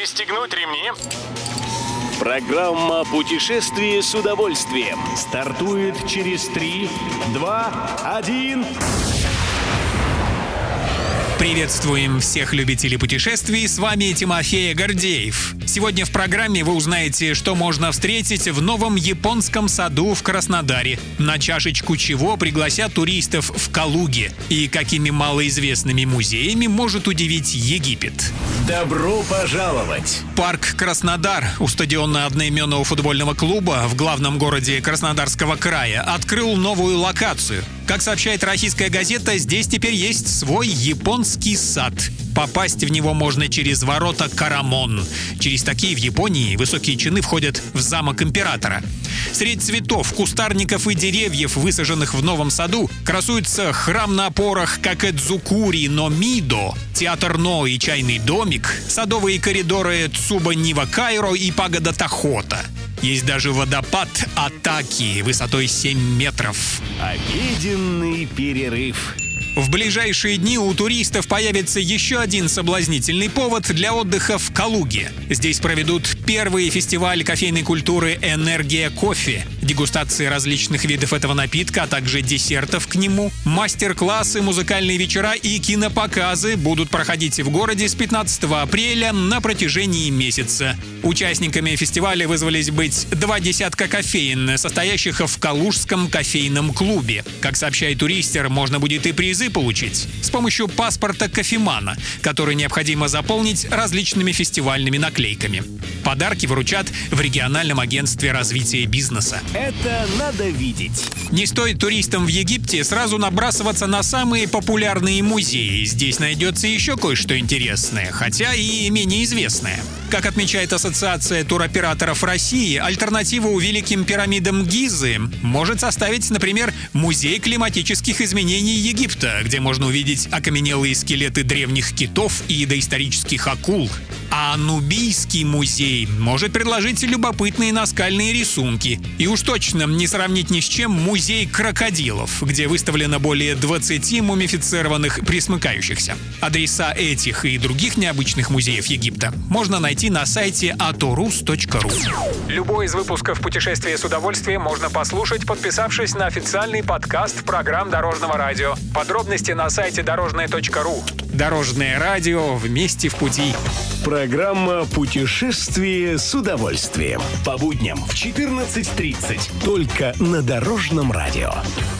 Пристегнуть ремни. Программа «Путешествие с удовольствием» стартует через 3, 2, 1... Приветствуем всех любителей путешествий, с вами Тимофей Гордеев. Сегодня в программе вы узнаете, что можно встретить в новом японском саду в Краснодаре, на чашечку чего пригласят туристов в Калуге и какими малоизвестными музеями может удивить Египет. Добро пожаловать! Парк Краснодар у стадиона одноименного футбольного клуба в главном городе Краснодарского края открыл новую локацию. Как сообщает российская газета, здесь теперь есть свой японский сад. Попасть в него можно через ворота Карамон. Через такие в Японии высокие чины входят в замок императора. Среди цветов, кустарников и деревьев, высаженных в новом саду, красуется храм на опорах Какэдзукури но Мидо, театр Но и чайный домик, садовые коридоры Цуба-Нива Кайро и пагода Тахота. Есть даже водопад Атаки высотой 7 метров. Обеденный перерыв. В ближайшие дни у туристов появится еще один соблазнительный повод для отдыха в Калуге. Здесь проведут первый фестиваль кофейной культуры «Энергия кофе», дегустации различных видов этого напитка, а также десертов к нему. Мастер-классы, музыкальные вечера и кинопоказы будут проходить в городе с 15 апреля на протяжении месяца. Участниками фестиваля вызвались быть 2 десятка кофеин, состоящих в Калужском кофейном клубе. Как сообщает туристер, можно будет и призы получить с помощью паспорта кофемана, который необходимо заполнить различными фестивальными наклейками. Подарки вручат в региональном агентстве развития бизнеса. Это надо видеть. Не стоит туристам в Египте сразу набрасываться на самые популярные музеи. Здесь найдется еще кое-что интересное, хотя и менее известное. Как отмечает Ассоциация туроператоров России, альтернативу великим пирамидам Гизы может составить, например, музей климатических изменений Египта, где можно увидеть окаменелые скелеты древних китов и доисторических акул. А Нубийский музей может предложить любопытные наскальные рисунки. И уж точно не сравнить ни с чем музей крокодилов, где выставлено более 20 мумифицированных пресмыкающихся. Адреса этих и других необычных музеев Египта можно найти на сайте atorus.ru. Любой из выпусков «Путешествия с удовольствием» можно послушать, подписавшись на официальный подкаст программ Дорожного радио. Подробности на сайте дорожное.ру. Дорожное радио, вместе в пути. Программа «Путешествие с удовольствием». По будням в 14:30. Только на Дорожном радио.